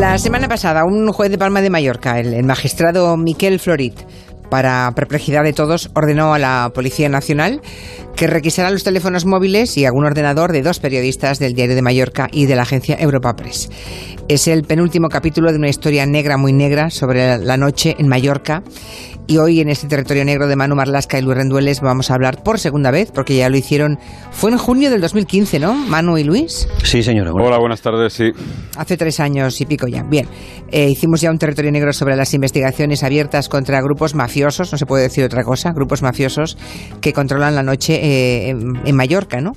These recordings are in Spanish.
La semana pasada, un juez de Palma de Mallorca, el magistrado Miquel Florit, para perplejidad de todos, ordenó a la Policía Nacional que requisara los teléfonos móviles y algún ordenador de 2 periodistas del Diario de Mallorca y de la agencia Europa Press. Es el penúltimo capítulo de una historia negra, muy negra, sobre la noche en Mallorca. Y hoy en este territorio negro de Manu Marlasca y Luis Rendueles vamos a hablar por segunda vez, porque ya lo hicieron, fue en junio del 2015, ¿no, Manu y Luis? Sí, señora. Hola, buenas tardes, sí. Hace 3 años y pico ya. Bien, hicimos ya un territorio negro sobre las investigaciones abiertas contra grupos mafiosos, no se puede decir otra cosa, grupos mafiosos que controlan la noche en Mallorca, ¿no?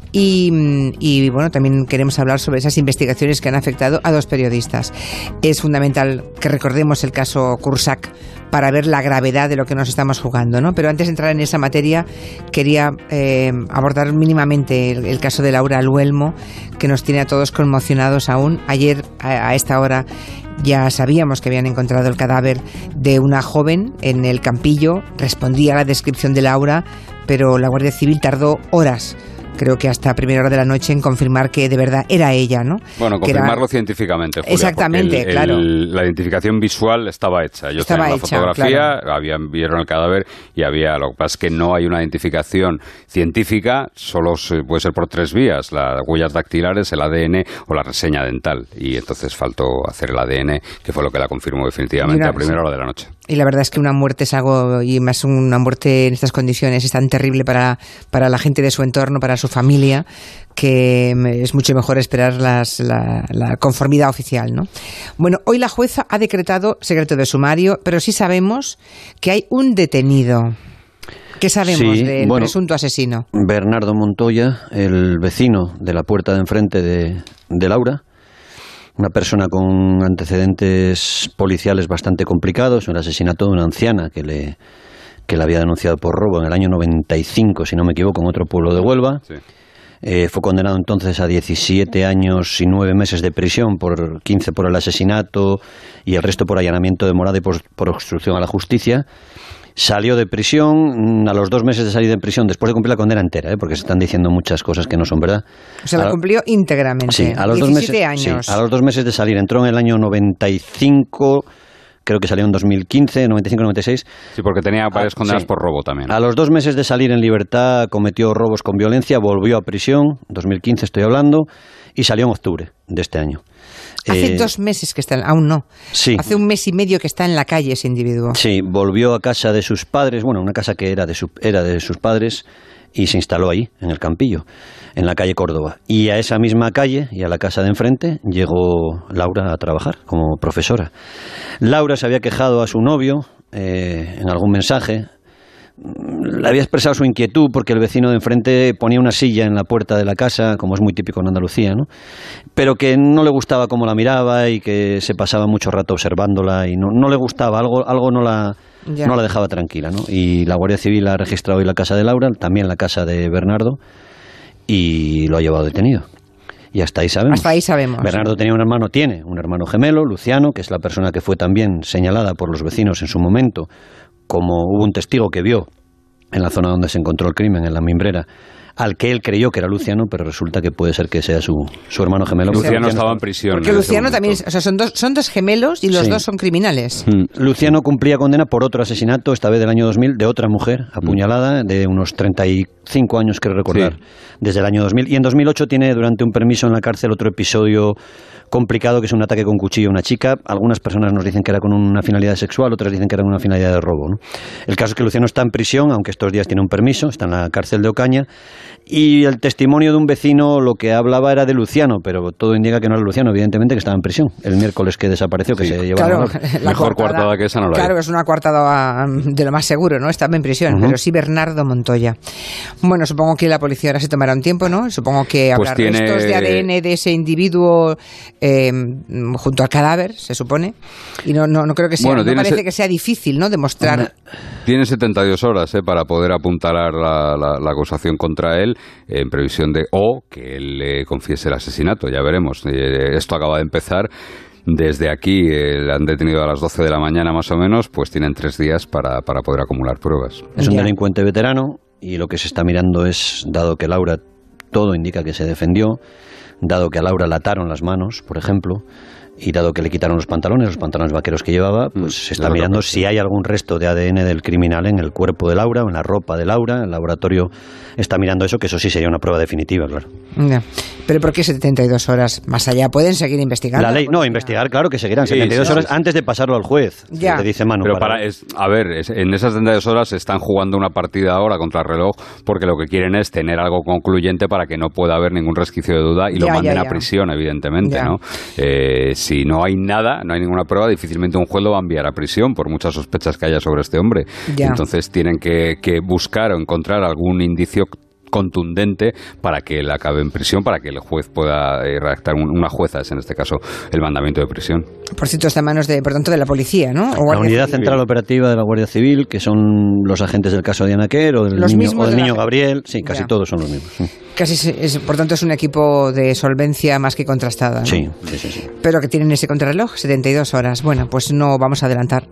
Y bueno, también queremos hablar sobre esas investigaciones que han afectado a 2 periodistas. Es fundamental que recordemos el caso Cursac para ver la gravedad de lo que nos estamos jugando, ¿no? Pero antes de entrar en esa materia, quería abordar mínimamente el caso de Laura Luelmo, que nos tiene a todos conmocionados aún. Ayer, a esta hora, ya sabíamos que habían encontrado el cadáver de una joven en el Campillo. Respondía a la descripción de Laura, pero la Guardia Civil tardó horas, creo que hasta primera hora de la noche, en confirmar que de verdad era ella, ¿no? Bueno, confirmarlo científicamente, Julia. Exactamente, claro. La identificación visual estaba hecha. Ellos tenían la fotografía, claro. Vieron el cadáver y había... Lo que pasa es que no hay una identificación científica, solo puede ser por 3 vías: las huellas dactilares, el ADN o la reseña dental. Y entonces faltó hacer el ADN, que fue lo que la confirmó definitivamente a primera hora de la noche. Y la verdad es que una muerte es algo, y más una muerte en estas condiciones, es tan terrible para la gente de su entorno, para su familia, que es mucho mejor esperar la conformidad oficial, ¿no? Bueno, hoy la jueza ha decretado secreto de sumario, pero sí sabemos que hay un detenido. ¿Qué sabemos del presunto asesino? Bernardo Montoya, el vecino de la puerta de enfrente de Laura, una persona con antecedentes policiales bastante complicados, un asesinato de una anciana que la había denunciado por robo en el año 95, si no me equivoco, en otro pueblo de Huelva. Sí. Fue condenado entonces a 17 años y 9 meses de prisión, 15 por el asesinato y el resto por allanamiento de morada y por obstrucción a la justicia. Salió de prisión, a los 2 meses de salir de prisión, después de cumplir la condena entera, porque se están diciendo muchas cosas que no son verdad. O sea, la cumplió íntegramente. Sí, a los 17 años. Sí, a los 2 meses de salir. Entró en el año 95, creo que salió en 2015, 95-96. Sí, porque tenía varias condenas por robo también. A los 2 meses de salir en libertad cometió robos con violencia, volvió a prisión, 2015 estoy hablando, y salió en octubre de este año. Hace 2 meses que está, aún no. Sí. Hace 1 mes y medio que está en la calle ese individuo. Sí, volvió a casa de sus padres, una casa que era de sus padres, y se instaló ahí, en el Campillo, en la calle Córdoba. Y a esa misma calle y a la casa de enfrente llegó Laura a trabajar como profesora. Laura se había quejado a su novio en algún mensaje. Le había expresado su inquietud porque el vecino de enfrente ponía una silla en la puerta de la casa, como es muy típico en Andalucía, ¿no? Pero que no le gustaba cómo la miraba y que se pasaba mucho rato observándola y no le gustaba, algo no la dejaba tranquila, ¿no? Y la Guardia Civil ha registrado hoy la casa de Laura, también la casa de Bernardo, y lo ha llevado detenido. Y hasta ahí sabemos. Bernardo tiene un hermano gemelo, Luciano, que es la persona que fue también señalada por los vecinos en su momento, como hubo un testigo que vio en la zona donde se encontró el crimen, en la mimbrera, al que él creyó que era Luciano, pero resulta que puede ser que sea su hermano gemelo. Luciano estaba en prisión. Porque Luciano también, o sea, son dos gemelos y los 2 son criminales. Luciano cumplía condena por otro asesinato, esta vez del año 2000, de otra mujer apuñalada, de unos 35 años, creo recordar, desde el año 2000. Y en 2008 tiene, durante un permiso en la cárcel, otro episodio complicado, que es un ataque con cuchillo a una chica. Algunas personas nos dicen que era con una finalidad sexual, otras dicen que era con una finalidad de robo, ¿no? El caso es que Luciano está en prisión, aunque estos días tiene un permiso, está en la cárcel de Ocaña, y el testimonio de un vecino lo que hablaba era de Luciano, pero todo indica que no era Luciano, evidentemente, que estaba en prisión el miércoles que desapareció, que se llevaron. Claro, mejor coartada que esa no la hay. Claro, es una coartada de lo más seguro, ¿no? Estaba en prisión, pero sí Bernardo Montoya. Bueno, supongo que la policía ahora se tomará un tiempo, ¿no? Supongo que habrá restos de ADN de ese individuo junto al cadáver, se supone, y no creo que sea, no parece que sea difícil, ¿no?, demostrar. Tiene 72 horas para poder apuntalar la acusación contra él, en previsión de que él confiese el asesinato. Ya veremos. Esto acaba de empezar. Desde aquí le han detenido a las 12 de la mañana más o menos, pues tienen 3 días para poder acumular pruebas. Es un delincuente veterano y lo que se está mirando es, dado que Laura, todo indica que se defendió, dado que a Laura le ataron las manos, por ejemplo, y dado que le quitaron los pantalones vaqueros que llevaba, pues se está mirando si hay algún resto de ADN del criminal en el cuerpo de Laura o en la ropa de Laura. El laboratorio está mirando eso, que eso sí sería una prueba definitiva, claro. No. ¿Pero por qué 72 horas? Más allá, ¿pueden seguir investigando? La ley, no, investigar, claro que seguirán 72 horas antes de pasarlo al juez, ya. Te dice Manu. Pero en esas 72 horas están jugando una partida ahora contra el reloj, porque lo que quieren es tener algo concluyente para que no pueda haber ningún resquicio de duda y lo manden a prisión, evidentemente, ¿no? Si no hay nada, no hay ninguna prueba, difícilmente un juez lo va a enviar a prisión por muchas sospechas que haya sobre este hombre. Entonces tienen que buscar o encontrar algún indicio contundente para que él acabe en prisión, para que el juez pueda redactar, una jueza es en este caso el mandamiento de prisión. Por cierto, está en manos de la policía, ¿no? La Unidad Central Operativa de la Guardia Civil, que son los agentes del caso Diana Quer o del niño Gabriel, sí, casi todos son los mismos. Por tanto, es un equipo de solvencia más que contrastada, ¿no? Sí. Pero que tienen ese contrarreloj, 72 horas. Bueno, pues no vamos a adelantar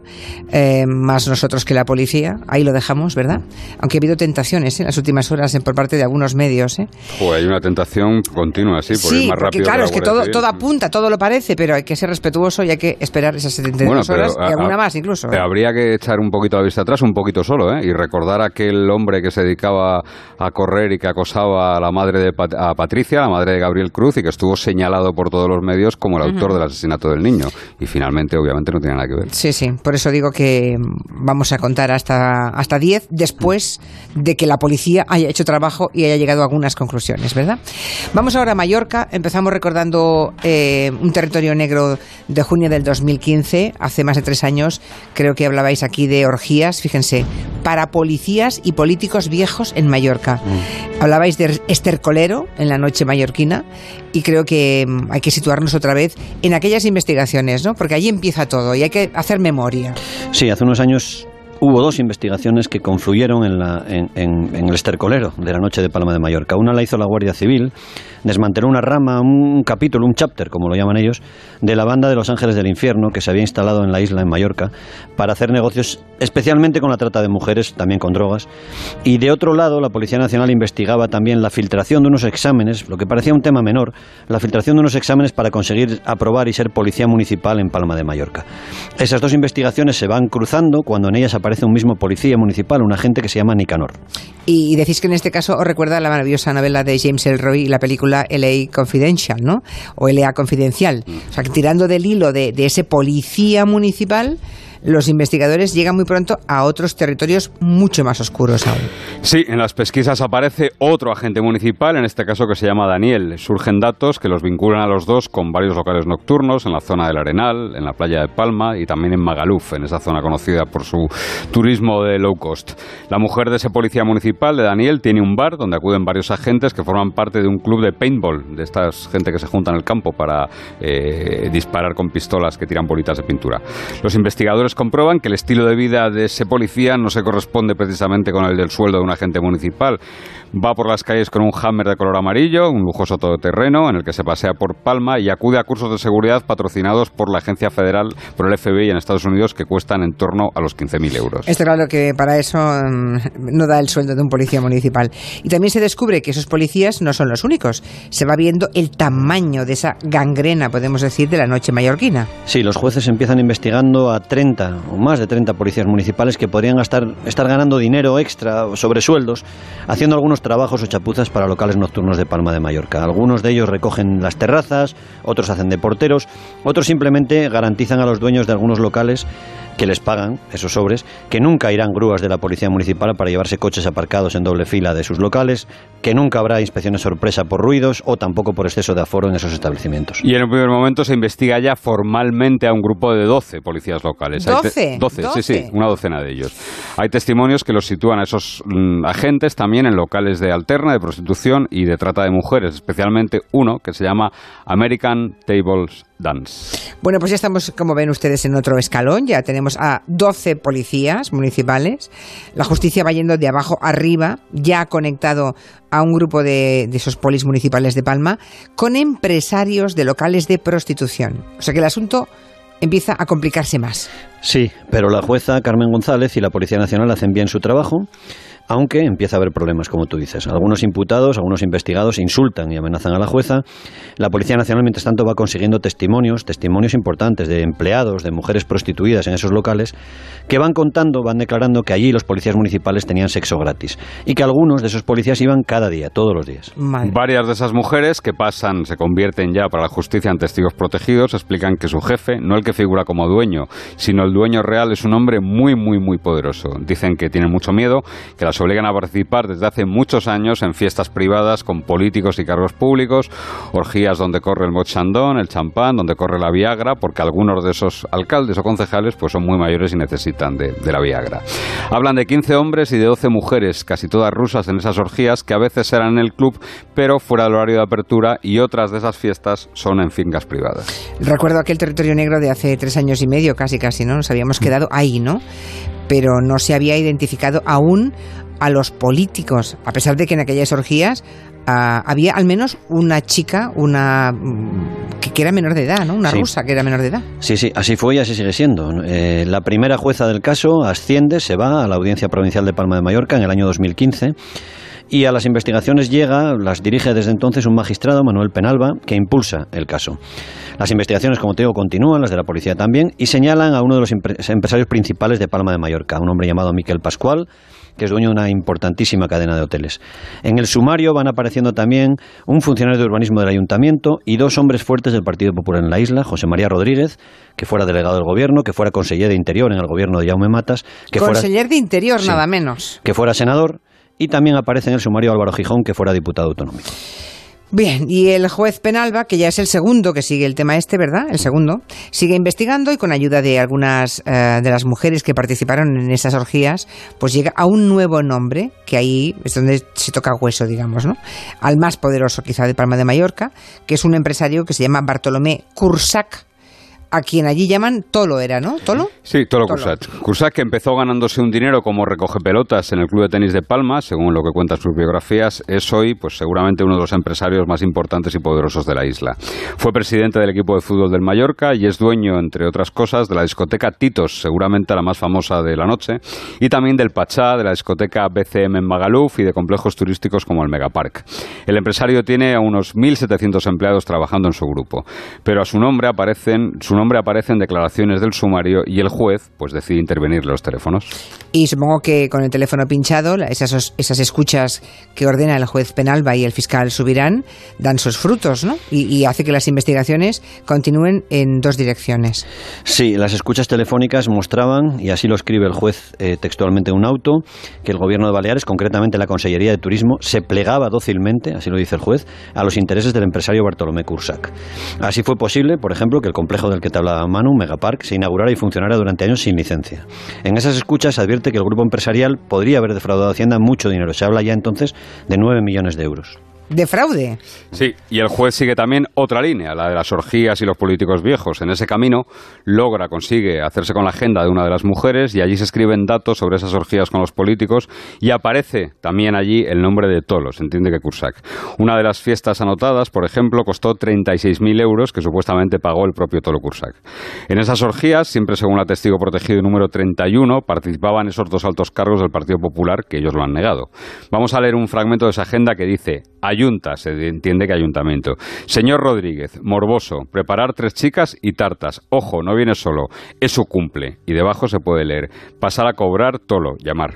más nosotros que la policía. Ahí lo dejamos, ¿verdad? Aunque ha habido tentaciones en las últimas horas por parte de algunos medios. Hay una tentación continua, por ir más rápido. Claro, es que todo apunta, todo lo parece, pero hay que ser respetuoso y hay que esperar esas 72 horas y alguna más incluso. Habría que echar un poquito la vista atrás, un poquito solo, y recordar a aquel hombre que se dedicaba a correr y que acosaba a la madre a Patricia, la madre de Gabriel Cruz, y que estuvo señalado por todos los medios como el autor del asesinato del niño. Y finalmente, obviamente, no tiene nada que ver. Sí, por eso digo que vamos a contar hasta 10 después de que la policía haya hecho trabajo y haya llegado a algunas conclusiones, ¿verdad? Vamos ahora a Mallorca. Empezamos recordando un territorio negro de junio del 2015, hace más de 3 años. Creo que hablabais aquí de orgías, fíjense, para policías y políticos viejos en Mallorca. Hablabais de estercolero en la noche mallorquina y creo que hay que situarnos otra vez en aquellas investigaciones, ¿no? Porque allí empieza todo y hay que hacer memoria. Sí, hace unos años hubo 2 investigaciones que confluyeron en el estercolero de la noche de Palma de Mallorca. Una la hizo la Guardia Civil, desmanteló una rama, un capítulo, un chapter, como lo llaman ellos, de la banda de los Ángeles del Infierno, que se había instalado en la isla, en Mallorca, para hacer negocios especialmente con la trata de mujeres, también con drogas. Y de otro lado, la Policía Nacional investigaba también la filtración de unos exámenes, lo que parecía un tema menor, la filtración de unos exámenes para conseguir aprobar y ser policía municipal en Palma de Mallorca. Esas 2 investigaciones se van cruzando cuando en ellas aparece un mismo policía municipal, un agente que se llama Nicanor. Y decís que en este caso os recuerda la maravillosa novela de James Ellroy y la película L.A. Confidential, ¿no? O L.A. Confidencial. O sea, que tirando del hilo de ese policía municipal, los investigadores llegan muy pronto a otros territorios mucho más oscuros aún. Sí, en las pesquisas aparece otro agente municipal, en este caso que se llama Daniel. Surgen datos que los vinculan a los dos con varios locales nocturnos en la zona del Arenal, en la playa de Palma y también en Magaluf, en esa zona conocida por su turismo de low cost. La mujer de ese policía municipal, de Daniel, tiene un bar donde acuden varios agentes que forman parte de un club de paintball, de esta gente que se junta en el campo para disparar con pistolas que tiran bolitas de pintura. Los investigadores comprueban que el estilo de vida de ese policía no se corresponde precisamente con el del sueldo de un agente municipal. Va por las calles con un Hammer de color amarillo, un lujoso todoterreno en el que se pasea por Palma y acude a cursos de seguridad patrocinados por la agencia federal, por el FBI en Estados Unidos, que cuestan en torno a los 15.000 euros. Está claro que para eso no da el sueldo de un policía municipal. Y también se descubre que esos policías no son los únicos. Se va viendo el tamaño de esa gangrena, podemos decir, de la noche mallorquina. Sí, los jueces empiezan investigando a 30 o más de 30 policías municipales que podrían estar ganando dinero extra o sobresueldos haciendo algunos trabajos o chapuzas para locales nocturnos de Palma de Mallorca. Algunos de ellos recogen las terrazas, otros hacen de porteros, otros simplemente garantizan a los dueños de algunos locales que les pagan esos sobres, que nunca irán grúas de la policía municipal para llevarse coches aparcados en doble fila de sus locales, que nunca habrá inspecciones sorpresa por ruidos o tampoco por exceso de aforo en esos establecimientos. Y en un primer momento se investiga ya formalmente a un grupo de 12 policías locales. 12, sí, una docena de ellos. Hay testimonios que los sitúan a esos agentes también en locales de alterna, de prostitución y de trata de mujeres, especialmente uno que se llama American Tables Dance. Bueno, pues ya estamos, como ven ustedes, en otro escalón. Ya tenemos a 12 policías municipales. La justicia va yendo de abajo arriba, ya ha conectado a un grupo de esos polis municipales de Palma con empresarios de locales de prostitución. O sea que el asunto empieza a complicarse más. Sí, pero la jueza Carmen González y la Policía Nacional hacen bien su trabajo. aunque empieza a haber problemas, como tú dices. Algunos imputados, algunos investigados insultan y amenazan a la jueza. La Policía Nacional, mientras tanto, va consiguiendo testimonios importantes de empleados, de mujeres prostituidas en esos locales, que van declarando que allí los policías municipales tenían sexo gratis y que algunos de esos policías iban cada día, todos los días. Madre. Varias de esas mujeres que se convierten ya para la justicia en testigos protegidos, explican que su jefe, no el que figura como dueño, sino el dueño real, es un hombre muy, muy, muy poderoso. Dicen que tienen mucho miedo, que las obligan a participar desde hace muchos años en fiestas privadas con políticos y cargos públicos, orgías donde corre el mochandón, el champán, donde corre la Viagra, porque algunos de esos alcaldes o concejales pues son muy mayores y necesitan de la Viagra. Hablan de 15 hombres y de 12 mujeres, casi todas rusas, en esas orgías, que a veces eran en el club, pero fuera del horario de apertura, y otras de esas fiestas son en fincas privadas. Recuerdo aquel territorio negro de hace 3 años y medio, casi, ¿no? Nos habíamos quedado ahí, ¿no? Pero no se había identificado aún a los políticos, a pesar de que en aquellas orgías había al menos una chica, que era menor de edad, ¿no? Una rusa que era menor de edad. Sí, así fue y así sigue siendo. La primera jueza del caso asciende, se va a la Audiencia Provincial de Palma de Mallorca en el año 2015. Y a las investigaciones las dirige desde entonces un magistrado, Manuel Penalba, que impulsa el caso. Las investigaciones, como te digo, continúan, las de la policía también, y señalan a uno de los empresarios principales de Palma de Mallorca, un hombre llamado Miquel Pascual, que es dueño de una importantísima cadena de hoteles. En el sumario van apareciendo también un funcionario de urbanismo del ayuntamiento y 2 hombres fuertes del Partido Popular en la isla, José María Rodríguez, que fuera delegado del gobierno, que fuera conseller de Interior en el gobierno de Jaume Matas, conseller de Interior, nada menos. Que fuera senador. Y también aparece en el sumario Álvaro Gijón, que fuera diputado autonómico. Bien, y el juez Penalba, que ya es el segundo que sigue el tema ¿verdad? El segundo, sigue investigando y con ayuda de algunas de las mujeres que participaron en esas orgías, pues llega a un nuevo nombre, que ahí es donde se toca hueso, digamos, ¿no? Al más poderoso quizá de Palma de Mallorca, que es un empresario que se llama Bartolomé Cursac, a quien allí llaman Tolo, ¿era, no? ¿Tolo? Sí, Tolo Cursac. Cursac, que empezó ganándose un dinero como recogepelotas en el Club de Tenis de Palma, según lo que cuentan sus biografías, es hoy pues seguramente uno de los empresarios más importantes y poderosos de la isla. Fue presidente del equipo de fútbol del Mallorca y es dueño, entre otras cosas, de la discoteca Titos, seguramente la más famosa de la noche, y también del Pachá, de la discoteca BCM en Magaluf y de complejos turísticos como el Megapark. El empresario tiene a unos 1.700 empleados trabajando en su grupo, pero a su nombre aparece en declaraciones del sumario y el juez pues decide intervenir los teléfonos. Y supongo que con el teléfono pinchado, esas escuchas que ordena el juez Penalba y el fiscal Subirán dan sus frutos, ¿no? Y hace que las investigaciones continúen en 2 direcciones. Sí, las escuchas telefónicas mostraban, y así lo escribe el juez textualmente en un auto, que el gobierno de Baleares, concretamente la Consellería de Turismo, se plegaba dócilmente, así lo dice el juez, a los intereses del empresario Bartolomé Cursac. Así fue posible, por ejemplo, que el complejo del que te hablaba Manu, Megapark, se inaugurara y funcionara durante años sin licencia. En esas escuchas se advierte que el grupo empresarial podría haber defraudado a Hacienda mucho dinero. Se habla ya entonces de 9 millones de euros. ¿De fraude? Sí, y el juez sigue también otra línea, la de las orgías y los políticos viejos. En ese camino consigue hacerse con la agenda de una de las mujeres y allí se escriben datos sobre esas orgías con los políticos y aparece también allí el nombre de Tolo, se entiende que Cursac. Una de las fiestas anotadas, por ejemplo, costó 36.000 euros que supuestamente pagó el propio Tolo Cursac. En esas orgías, siempre según la testigo protegido número 31, participaban esos 2 altos cargos del Partido Popular que ellos lo han negado. Vamos a leer un fragmento de esa agenda que dice: Ayunta, se entiende que ayuntamiento. Señor Rodríguez, morboso, preparar 3 chicas y tartas. Ojo, no viene solo, es su cumple. Y debajo se puede leer: pasar a cobrar, Tolo, llamar.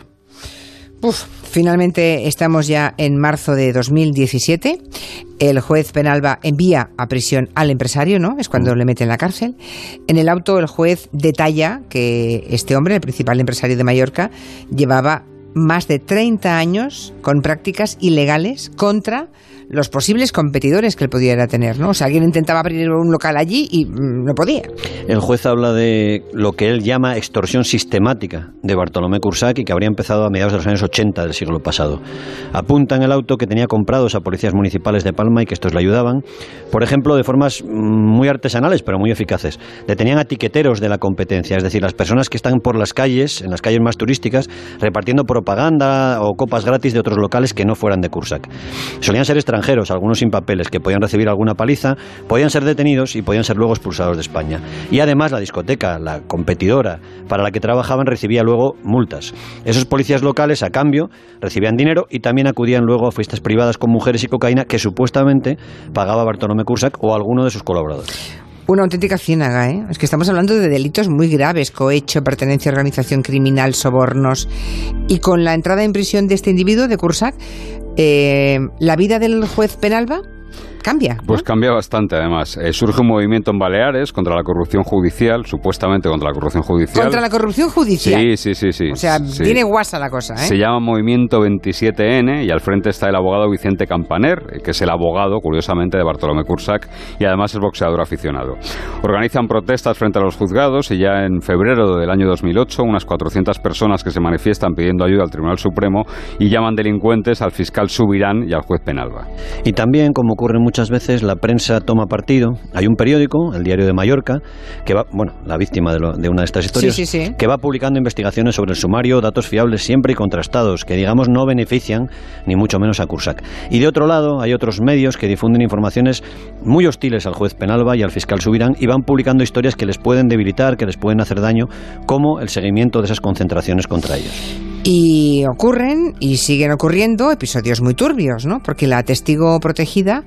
Finalmente estamos ya en marzo de 2017. El juez Penalba envía a prisión al empresario, ¿no? Es cuando le mete en la cárcel. En el auto el juez detalla que este hombre, el principal empresario de Mallorca, llevaba más de 30 años con prácticas ilegales contra los posibles competidores que él pudiera tener, ¿no? O sea, alguien intentaba abrir un local allí y no podía. El juez habla de lo que él llama extorsión sistemática de Bartolomé Cursac y que habría empezado a mediados de los años 80 del siglo pasado. Apunta en el auto que tenía comprados a policías municipales de Palma y que estos le ayudaban, por ejemplo, de formas muy artesanales pero muy eficaces. Detenían a tiqueteros de la competencia, es decir, las personas que están por las calles, en las calles más turísticas, repartiendo propinas propaganda o copas gratis de otros locales que no fueran de Cursac. Solían ser extranjeros, algunos sin papeles, que podían recibir alguna paliza, podían ser detenidos y podían ser luego expulsados de España. Y además la discoteca, la competidora para la que trabajaban, recibía luego multas. Esos policías locales, a cambio, recibían dinero y también acudían luego a fiestas privadas con mujeres y cocaína que supuestamente pagaba Bartolomé Cursac o alguno de sus colaboradores. Una auténtica ciénaga, ¿eh? Es que estamos hablando de delitos muy graves: cohecho, pertenencia a organización criminal, sobornos. Y con la entrada en prisión de este individuo, de Cursac, ¿la vida del juez Penalba cambia? Pues cambia bastante, además. Surge un movimiento en Baleares contra la corrupción judicial, supuestamente contra la corrupción judicial. ¿Contra la corrupción judicial? Sí. O sea, sí. Tiene guasa la cosa, ¿eh? Se llama Movimiento 27N y al frente está el abogado Vicente Campaner, que es el abogado, curiosamente, de Bartolomé Cursac y además es boxeador aficionado. Organizan protestas frente a los juzgados y ya en febrero del año 2008 unas 400 personas que se manifiestan pidiendo ayuda al Tribunal Supremo y llaman delincuentes al fiscal Subirán y al juez Penalba. Y también, como ocurre muchas veces, la prensa toma partido. Hay un periódico, el Diario de Mallorca, que va, la víctima de una de estas historias, sí. que va publicando investigaciones sobre el sumario, datos fiables siempre y contrastados, que digamos no benefician ni mucho menos a Cursac. Y de otro lado, hay otros medios que difunden informaciones muy hostiles al juez Penalba y al fiscal Subirán y van publicando historias que les pueden debilitar, que les pueden hacer daño, como el seguimiento de esas concentraciones contra ellos. Y ocurren y siguen ocurriendo episodios muy turbios, ¿no? Porque la testigo protegida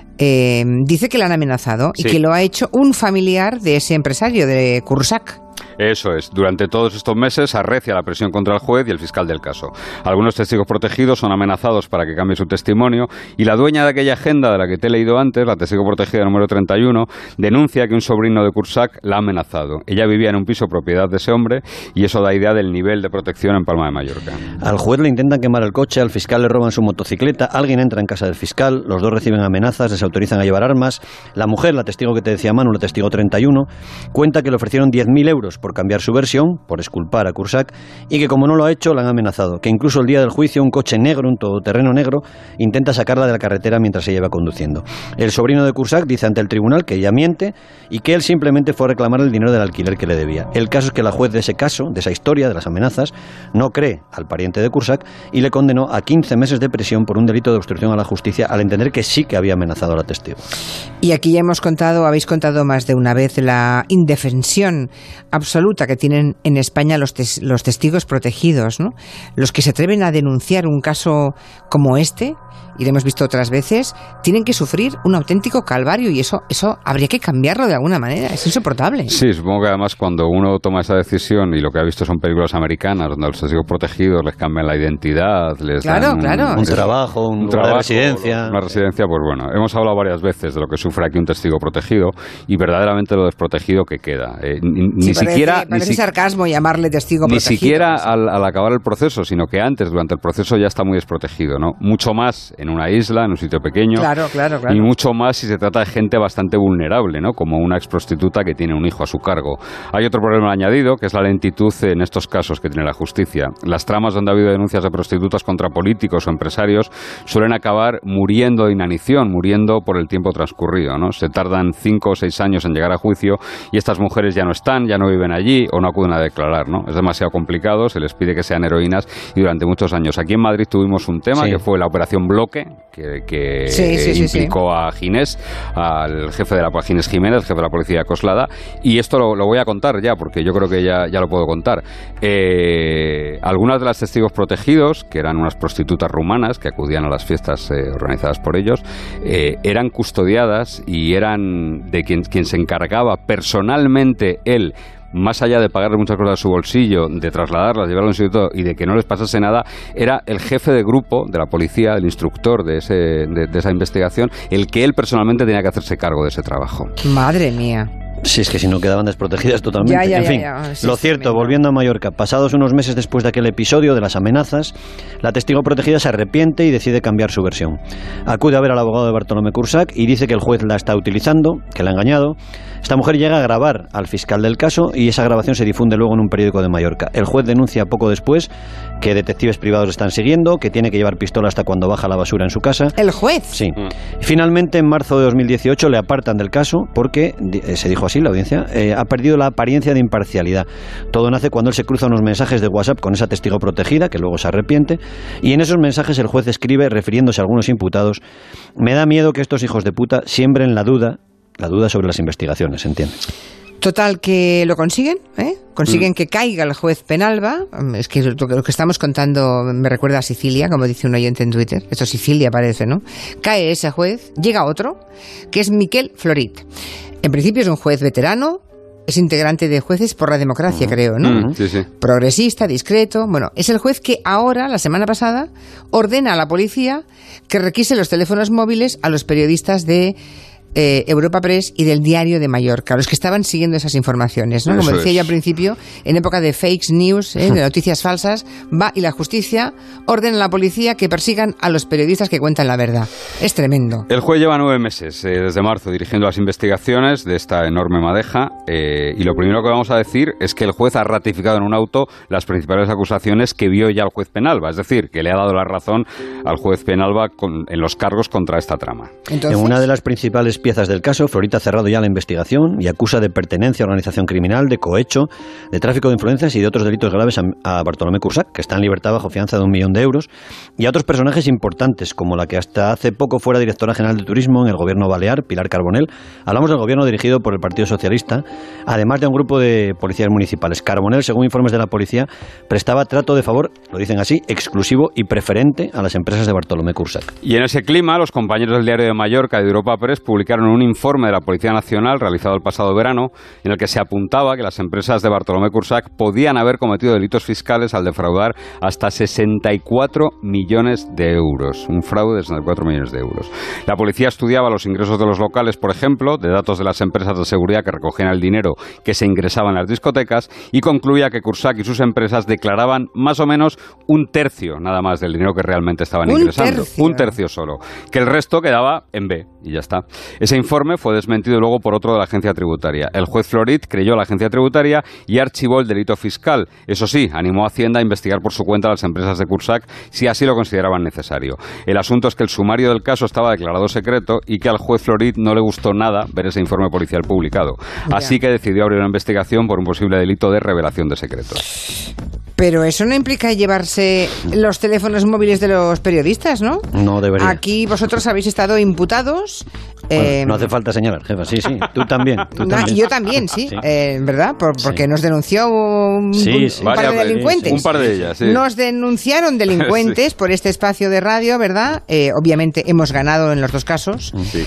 dice que la han amenazado y que lo ha hecho un familiar de ese empresario, de Cursac. Eso es. Durante todos estos meses arrecia la presión contra el juez y el fiscal del caso. Algunos testigos protegidos son amenazados para que cambie su testimonio y la dueña de aquella agenda de la que te he leído antes, la testigo protegida número 31, denuncia que un sobrino de Cursac la ha amenazado. Ella vivía en un piso propiedad de ese hombre y eso da idea del nivel de protección en Palma de Mallorca. Al juez le intentan quemar el coche, al fiscal le roban su motocicleta, alguien entra en casa del fiscal, los dos reciben amenazas, les autorizan a llevar armas. La mujer, la testigo que te decía Manu, la testigo 31, cuenta que le ofrecieron 10.000 euros por cambiar su versión, por exculpar a Cursac, y que como no lo ha hecho, la han amenazado, que incluso el día del juicio un coche negro, un todoterreno negro, intenta sacarla de la carretera mientras ella va conduciendo. El sobrino de Cursac dice ante el tribunal que ella miente y que él simplemente fue a reclamar el dinero del alquiler que le debía. El caso es que la juez de ese caso, de esa historia, de las amenazas, no cree al pariente de Cursac y le condenó a 15 meses de prisión por un delito de obstrucción a la justicia al entender que sí que había amenazado a la testigo. Y aquí ya habéis contado más de una vez la indefensión absoluta que tienen en España los testigos protegidos, ¿no? Los que se atreven a denunciar un caso como este, y lo hemos visto otras veces, tienen que sufrir un auténtico calvario y eso habría que cambiarlo de alguna manera, es insoportable. Sí, supongo que además cuando uno toma esa decisión y lo que ha visto son películas americanas donde a los testigos protegidos les cambian la identidad, les dan un trabajo, un lugar de residencia. Una residencia, pues bueno, hemos hablado varias veces de lo que sufre aquí un testigo protegido y verdaderamente lo desprotegido que queda. Ni siquiera... Parece sarcasmo llamarle testigo protegido. Ni siquiera al acabar el proceso, sino que antes, durante el proceso ya está muy desprotegido, ¿no? Mucho más en una isla, en un sitio pequeño. Claro. Y mucho más si se trata de gente bastante vulnerable, ¿no? Como una exprostituta que tiene un hijo a su cargo. Hay otro problema añadido, que es la lentitud en estos casos que tiene la justicia. Las tramas donde ha habido denuncias de prostitutas contra políticos o empresarios suelen acabar muriendo de inanición, muriendo por el tiempo transcurrido, ¿no? Se tardan 5 o 6 años en llegar a juicio y estas mujeres ya no están, ya no viven allí o no acuden a declarar, ¿no? Es demasiado complicado, se les pide que sean heroínas y durante muchos años. Aquí en Madrid tuvimos un tema que fue la Operación Bloque, que implicó a Ginés, al jefe de la Ginés Jiménez, jefe de la policía de Coslada, y esto lo voy a contar ya, porque yo creo que ya lo puedo contar. Algunas de las testigos protegidos, que eran unas prostitutas rumanas que acudían a las fiestas organizadas por ellos, eran custodiadas y eran de quien se encargaba personalmente él, más allá de pagarle muchas cosas a su bolsillo, de trasladarlas, llevarlas a un instituto y de que no les pasase nada, era el jefe de grupo de la policía, el instructor de esa investigación, el que él personalmente tenía que hacerse cargo de ese trabajo. Madre mía. Sí, es que si no quedaban desprotegidas totalmente. En fin, lo cierto, volviendo a Mallorca, pasados unos meses después de aquel episodio de las amenazas, la testigo protegida se arrepiente y decide cambiar su versión. Acude a ver al abogado de Bartolomé Cursac y dice que el juez la está utilizando, que la ha engañado. Esta mujer llega a grabar al fiscal del caso y esa grabación se difunde luego en un periódico de Mallorca. El juez denuncia poco después que detectives privados le están siguiendo, que tiene que llevar pistola hasta cuando baja la basura en su casa. ¿El juez? Sí. Finalmente, en marzo de 2018 le apartan del caso porque, se dijo así la audiencia, ha perdido la apariencia de imparcialidad. Todo nace cuando él se cruza unos mensajes de WhatsApp con esa testigo protegida, que luego se arrepiente, y en esos mensajes el juez escribe, refiriéndose a algunos imputados: me da miedo que estos hijos de puta siembren la duda sobre las investigaciones, ¿entiende? Total, que lo consiguen, consiguen que caiga el juez Penalba. Es que lo que estamos contando me recuerda a Sicilia, como dice un oyente en Twitter. Esto Sicilia parece, ¿no? Cae ese juez, llega otro, que es Miquel Florit. En principio es un juez veterano, es integrante de Jueces por la Democracia, creo, ¿no? Sí, sí. Progresista, discreto. Bueno, es el juez que ahora, la semana pasada, ordena a la policía que requise los teléfonos móviles a los periodistas de Europa Press y del Diario de Mallorca, los que estaban siguiendo esas informaciones, ¿no? Como decía yo al principio, en época de fake news, de noticias falsas, va y la justicia ordena a la policía que persigan a los periodistas que cuentan la verdad. Es tremendo. El juez lleva 9 meses, desde marzo, dirigiendo las investigaciones de esta enorme madeja, y lo primero que vamos a decir es que el juez ha ratificado en un auto las principales acusaciones que vio ya el juez Penalba, es decir, que le ha dado la razón al juez Penalba en los cargos contra esta trama. Entonces, en una de las principales piezas del caso, Florit ha cerrado ya la investigación y acusa de pertenencia a organización criminal, de cohecho, de tráfico de influencias y de otros delitos graves a Bartolomé Cursac, que está en libertad bajo fianza de 1 millón de euros, y a otros personajes importantes, como la que hasta hace poco fuera directora general de Turismo en el gobierno balear, Pilar Carbonell. Hablamos del gobierno dirigido por el Partido Socialista, además de un grupo de policías municipales. Carbonell, según informes de la policía, prestaba trato de favor, lo dicen así, exclusivo y preferente a las empresas de Bartolomé Cursac. Y en ese clima, los compañeros del Diario de Mallorca y de Europa Press publicaron un informe de la Policía Nacional realizado el pasado verano, en el que se apuntaba que las empresas de Bartolomé Cursac podían haber cometido delitos fiscales al defraudar hasta 64 millones de euros. Un fraude de 64 millones de euros. La policía estudiaba los ingresos de los locales, por ejemplo, de datos de las empresas de seguridad que recogían el dinero que se ingresaba en las discotecas, y concluía que Cursac y sus empresas declaraban más o menos 1/3 nada más del dinero que realmente estaban ingresando. 1/3 solo. Que el resto quedaba en B y ya está. Ese informe fue desmentido luego por otro de la agencia tributaria. El juez Florit creyó a la agencia tributaria y archivó el delito fiscal. Eso sí, animó a Hacienda a investigar por su cuenta a las empresas de Cursac si así lo consideraban necesario. El asunto es que el sumario del caso estaba declarado secreto y que al juez Florit no le gustó nada ver ese informe policial publicado. Así que decidió abrir una investigación por un posible delito de revelación de secretos. Pero eso no implica llevarse los teléfonos móviles de los periodistas, ¿no? No debería. Aquí vosotros habéis estado imputados. Bueno, no hace falta señalar, jefa. Sí, tú también. Yo también, sí. ¿Verdad? Porque nos denunció un par de delincuentes. Un par de ellas, sí. Nos denunciaron delincuentes por este espacio de radio, ¿verdad? Obviamente hemos ganado en los dos casos. Sí.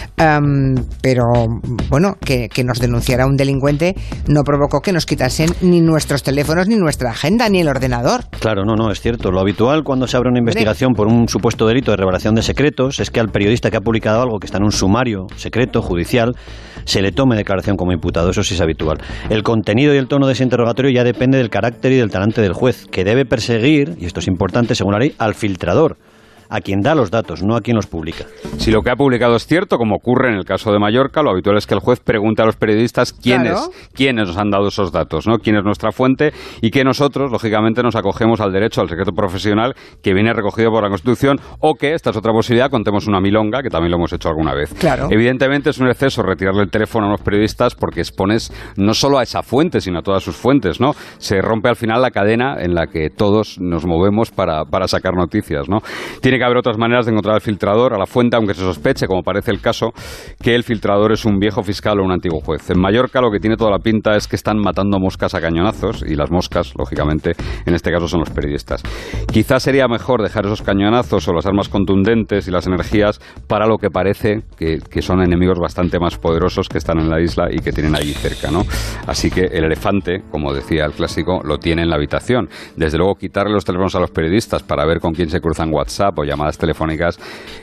Pero, bueno, que nos denunciara un delincuente no provocó que nos quitasen ni nuestros teléfonos, ni nuestra agenda, ni el ordenador. Claro, no, es cierto. Lo habitual cuando se abre una investigación por un supuesto delito de revelación de secretos es que al periodista que ha publicado algo que está en un sumario secreto, judicial, se le tome declaración como imputado. Eso sí es habitual. El contenido y el tono de ese interrogatorio ya depende del carácter y del talante del juez, que debe perseguir, y esto es importante según la ley, al filtrador, a quien da los datos, no a quien los publica. Si lo que ha publicado es cierto, como ocurre en el caso de Mallorca, lo habitual es que el juez pregunte a los periodistas quiénes nos han dado esos datos, ¿no? Quién es nuestra fuente, y que nosotros, lógicamente, nos acogemos al derecho al secreto profesional que viene recogido por la Constitución, o que, esta es otra posibilidad, contemos una milonga, que también lo hemos hecho alguna vez. Claro. Evidentemente es un exceso retirarle el teléfono a los periodistas porque expones no solo a esa fuente, sino a todas sus fuentes, ¿no? Se rompe al final la cadena en la que todos nos movemos para sacar noticias, ¿no? Tiene que haber otras maneras de encontrar al filtrador, a la fuente, aunque se sospeche, como parece el caso, que el filtrador es un viejo fiscal o un antiguo juez. En Mallorca lo que tiene toda la pinta es que están matando moscas a cañonazos, y las moscas, lógicamente, en este caso son los periodistas. Quizás sería mejor dejar esos cañonazos o las armas contundentes y las energías para lo que parece que son enemigos bastante más poderosos que están en la isla y que tienen allí cerca, ¿no? Así que el elefante, como decía el clásico, lo tiene en la habitación. Desde luego, quitarle los teléfonos a los periodistas para ver con quién se cruzan WhatsApp o llamadas telefónicas.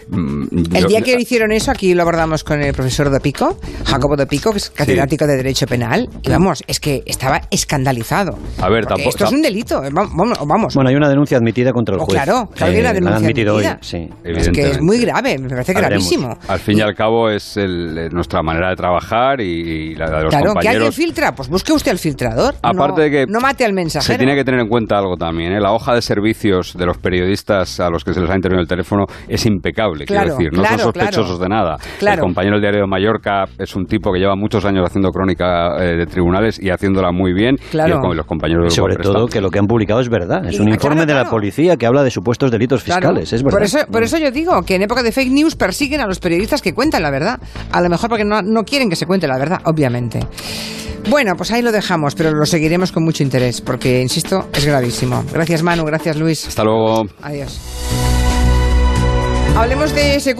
El día que hicieron eso, aquí lo abordamos con el profesor de Pico, Jacobo de Pico, que es catedrático de Derecho Penal, y vamos, es que estaba escandalizado. A ver, tampoco. Esto es un delito, vamos. Bueno, hay una denuncia admitida contra el juez. Claro que hay una denuncia admitida. Hoy, sí. Es que es muy grave, me parece gravísimo. Al fin y al cabo es nuestra manera de trabajar y la de los compañeros. Claro, ¿que alguien filtra? Pues busque usted al filtrador. Aparte de que no mate al mensajero. Se tiene que tener en cuenta algo también, ¿eh? La hoja de servicios de los periodistas a los que se les ha intervenido helicóptero en el teléfono es impecable, claro, quiero decir, no son sospechosos de nada. Claro. El compañero del Diario de Mallorca es un tipo que lleva muchos años haciendo crónica de tribunales y haciéndola muy bien, claro. y los compañeros del sobre todo que lo que han publicado es verdad, es un informe de la policía que habla de supuestos delitos fiscales, es verdad. Por eso yo digo que en época de fake news persiguen a los periodistas que cuentan la verdad, a lo mejor porque no quieren que se cuente la verdad, obviamente. Bueno, pues ahí lo dejamos, pero lo seguiremos con mucho interés, porque, insisto, es gravísimo. Gracias, Manu, gracias, Luis. Hasta luego. Adiós. Hablemos de